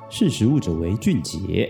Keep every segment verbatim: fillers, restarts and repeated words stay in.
识时务者为俊杰。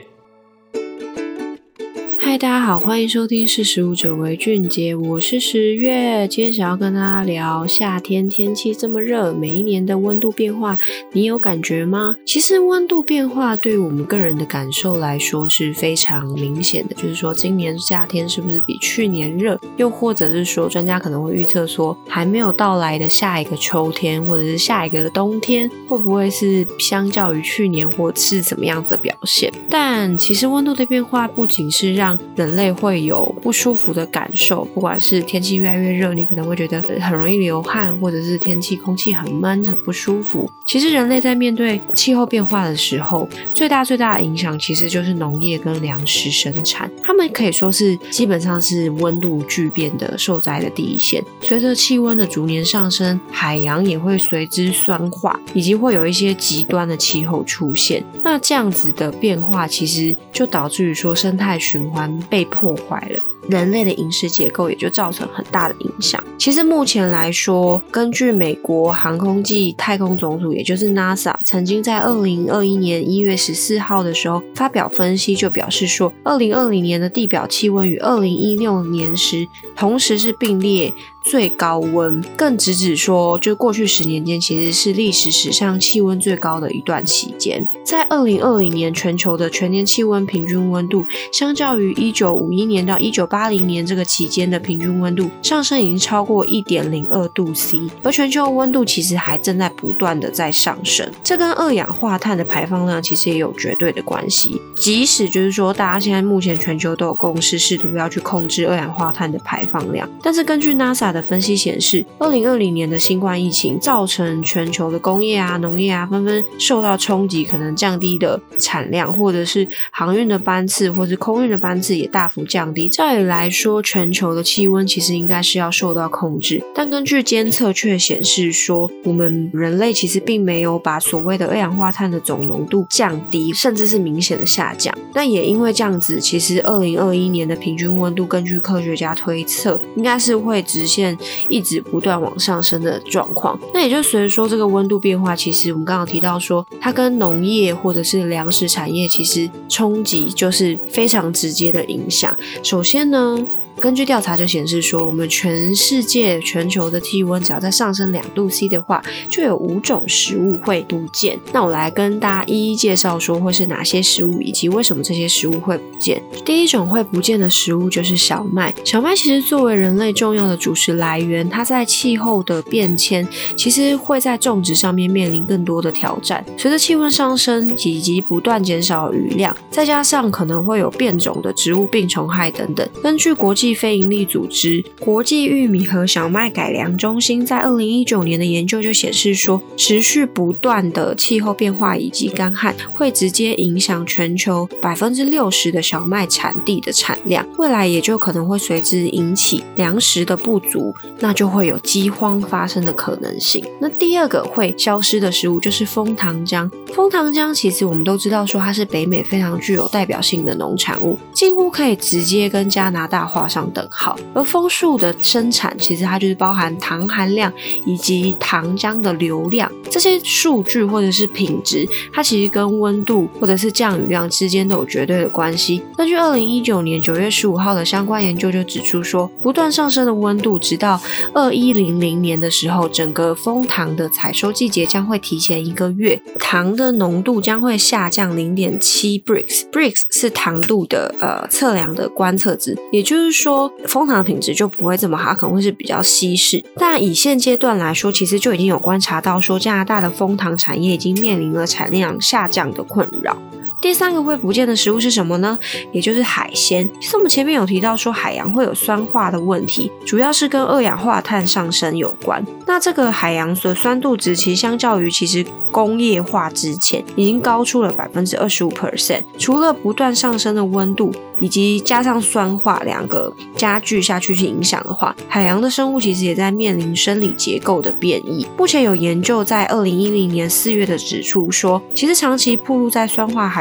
嗨，大家好，欢迎收听识时务者为俊杰，我是十月。今天想要跟大家聊夏天天气这么热，每一年的温度变化你有感觉吗？其实温度变化对于我们个人的感受来说是非常明显的，就是说今年夏天是不是比去年热，又或者是说专家可能会预测说还没有到来的下一个秋天或者是下一个冬天会不会是相较于去年或是怎么样子的表现。但其实温度的变化不仅是让人类会有不舒服的感受，不管是天气越来越热，你可能会觉得很容易流汗，或者是天气空气很闷很不舒服。其实人类在面对气候变化的时候，最大最大的影响其实就是农业跟粮食生产，他们可以说是基本上是温度巨变的受灾的第一线。随着气温的逐年上升，海洋也会随之酸化，以及会有一些极端的气候出现。那这样子的变化其实就导致于说生态循环被破坏了，人类的饮食结构也就造成很大的影响。其实目前来说，根据美国航空暨太空总署，也就是 NASA 曾经在二零二一年一月十四号的时候发表分析，就表示说二零二零年的地表气温与二零一六年时同时是并列最高温，更直指说就过去十年间其实是历史史上气温最高的一段期间。在二零二零年全球的全年气温平均温度相较于一九五一年到一九八零年这个期间的平均温度上升已经超过 一点零二度 C， 而全球温度其实还正在不断的在上升，这跟二氧化碳的排放量其实也有绝对的关系。即使就是说大家现在目前全球都有共识试图要去控制二氧化碳的排放量，但是根据 NASA 的分析显示，二零二零年的新冠疫情造成全球的工业啊农业啊纷纷受到冲击，可能降低的产量，或者是航运的班次或是空运的班次也大幅降低。照理来说全球的气温其实应该是要受到控制，但根据监测却显示说我们人类其实并没有把所谓的二氧化碳的总浓度降低，甚至是明显的下降。那也因为这样子，其实二零二一年的平均温度根据科学家推测应该是会直线一直不断往上升的状况。那也就随着说这个温度变化，其实我们刚刚提到说它跟农业或者是粮食产业其实冲击就是非常直接的影响。首先呢，根据调查就显示说我们全世界全球的气温只要再上升两度 C 的话，就有五种食物会不见。那我来跟大家一一介绍说会是哪些食物以及为什么这些食物会不见。第一种会不见的食物就是小麦。小麦其实作为人类重要的主食来源，它在气候的变迁其实会在种植上面面临更多的挑战。随着气温上升以及不断减少雨量，再加上可能会有变种的植物病虫害等等，根据国际非营利组织国际玉米和小麦改良中心在二零一九年的研究就显示说，持续不断的气候变化以及干旱会直接影响全球 百分之六十 的小麦产地的产量，未来也就可能会随之引起粮食的不足，那就会有饥荒发生的可能性。那第二个会消失的食物就是枫糖浆。枫糖浆其实我们都知道说它是北美非常具有代表性的农产物，几乎可以直接跟加拿大画上等号。而枫树的生产其实它就是包含糖含量以及糖浆的流量，这些数据或者是品质它其实跟温度或者是降雨量之间都有绝对的关系。根据二零一九年九月十五号的相关研究就指出说，不断上升的温度直到二一零零年的时候，整个枫糖的采收季节将会提前一个月，糖的浓度将会下降 零点七 Brix Brix 是糖度的呃测量的观测值，也就是说枫糖的品质就不会这么好，可能会是比较稀释。但以现阶段来说，其实就已经有观察到说加拿大的枫糖产业已经面临了产量下降的困扰。第三个会不见的食物是什么呢？也就是海鲜。其实我们前面有提到说海洋会有酸化的问题，主要是跟二氧化碳上升有关。那这个海洋的酸度值其实相较于其实工业化之前已经高出了 百分之二十五。除了不断上升的温度以及加上酸化两个加剧下去去影响的话，海洋的生物其实也在面临生理结构的变异。目前有研究在二零一零年四月的指出说，其实长期暴露在酸化海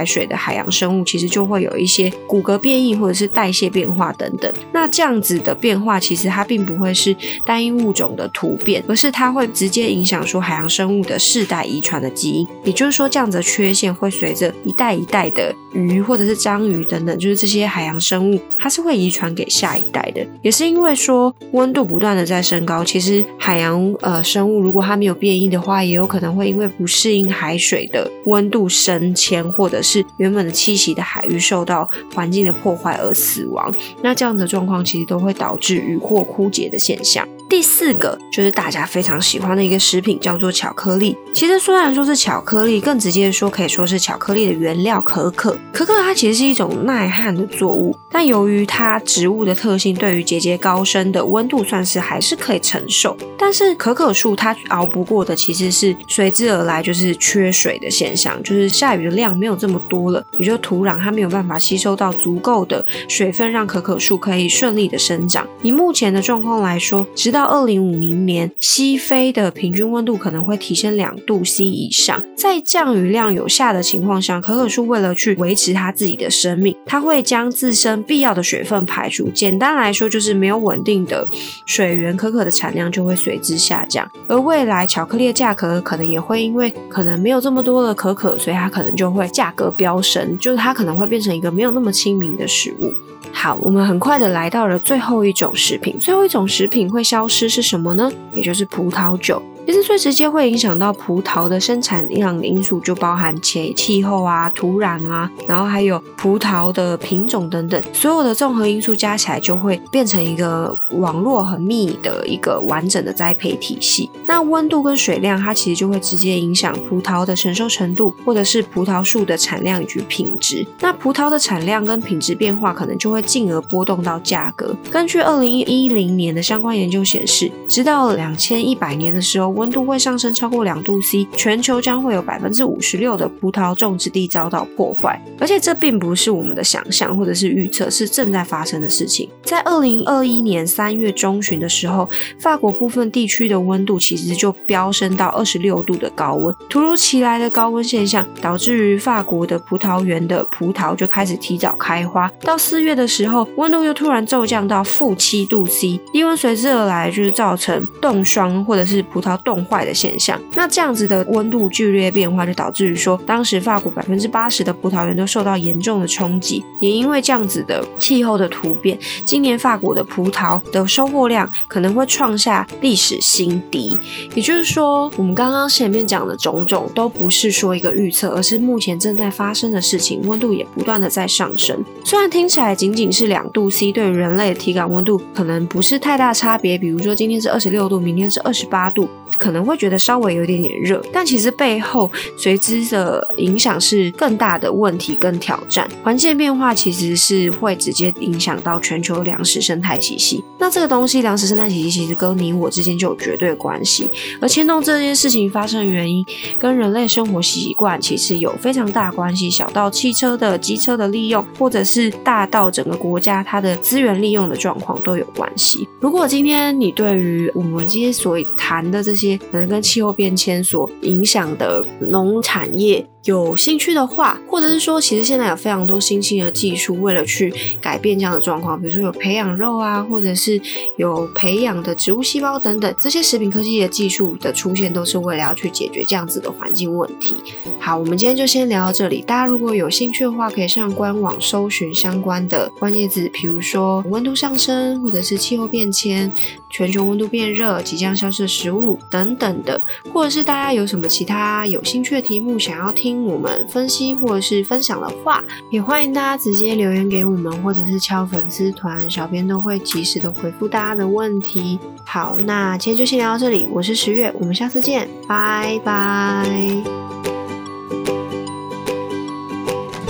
水的海洋生物其实就会有一些骨骼变异或者是代谢变化等等。那这样子的变化其实它并不会是单一物种的突变，而是它会直接影响说海洋生物的世代遗传的基因，也就是说这样子的缺陷会随着一代一代的鱼或者是章鱼等等，就是这些海洋生物它是会遗传给下一代的。也是因为说温度不断的在升高，其实海洋呃生物如果它没有变异的话，也有可能会因为不适应海水的温度升迁，或者是原本的栖息的海域受到环境的破坏而死亡。那这样子的状况其实都会导致渔获枯竭的现象。第四个就是大家非常喜欢的一个食品，叫做巧克力。其实虽然说是巧克力，更直接的说可以说是巧克力的原料可可。可可它其实是一种耐旱的作物，但由于它植物的特性，对于节节高升的温度算是还是可以承受。但是可可树它熬不过的其实是随之而来就是缺水的现象，就是下雨的量没有这么多了，也就土壤它没有办法吸收到足够的水分，让可可树可以顺利的生长。以目前的状况来说，直到二零五零年，西非的平均温度可能会提升两度 C 以上。在降雨量有限的情况下，可可树为了去维持它自己的生命，它会将自身必要的水分排除。简单来说，就是没有稳定的水源，可可的产量就会随之下降。而未来巧克力的价格可能也会因为可能没有这么多的可可，所以它可能就会价格飙升，就是它可能会变成一个没有那么亲民的食物。好，我们很快的来到了最后一种食品。最后一种食品会消失是什么呢？也就是葡萄酒。其实最直接会影响到葡萄的生产量的因素就包含气候啊、土壤啊，然后还有葡萄的品种等等，所有的综合因素加起来就会变成一个网络很密的一个完整的栽培体系。那温度跟水量它其实就会直接影响葡萄的承受程度，或者是葡萄树的产量以及品质。那葡萄的产量跟品质变化可能就会进而波动到价格。根据二零一零年的相关研究显示，直到两千一百年的时候，温度会上升超过两度 C， 全球将会有 百分之五十六 的葡萄种植地遭到破坏。而且这并不是我们的想象或者是预测，是正在发生的事情。在二零二一年三月中旬的时候，法国部分地区的温度其实就飙升到二十六度的高温。突如其来的高温现象导致于法国的葡萄园的葡萄就开始提早开花，到四月的时候温度又突然骤降到负七度 C， 低温随之而来就是造成冻霜或者是葡萄冻坏的现象。那这样子的温度剧烈变化就导致于说，当时法国 百分之八十 的葡萄园都受到严重的冲击。也因为这样子的气候的突变，今年法国的葡萄的收获量可能会创下历史新低。也就是说，我们刚刚前面讲的种种都不是说一个预测，而是目前正在发生的事情，温度也不断的在上升。虽然听起来仅仅是两度 C， 对于人类的体感温度可能不是太大差别，比如说今天是二十六度，明天是二十八度，可能会觉得稍微有点点热，但其实背后随之的影响是更大的问题跟挑战。环境变化其实是会直接影响到全球粮食生态体系，那这个东西粮食生态体系其实跟你我之间就有绝对关系，而牵动这件事情发生的原因跟人类生活习惯其实有非常大关系，小到汽车的机车的利用，或者是大到整个国家它的资源利用的状况都有关系。如果今天你对于我们今天所谈的这些可能跟气候变迁所影响的农产业有兴趣的话，或者是说其实现在有非常多新兴的技术为了去改变这样的状况，比如说有培养肉啊，或者是有培养的植物细胞等等，这些食品科技的技术的出现都是为了要去解决这样子的环境问题。好，我们今天就先聊到这里，大家如果有兴趣的话可以上官网搜寻相关的关键字，比如说温度上升，或者是气候变迁、全球温度变热、即将消失的食物等等的，或者是大家有什么其他有兴趣的题目想要听我们分析或者是分享的话，也欢迎大家直接留言给我们，或者是敲粉丝团，小编都会及时的回复大家的问题。好，那今天就先聊到这里，我是十月，我们下次见，拜拜。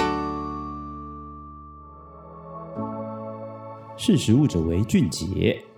识时务者为俊杰。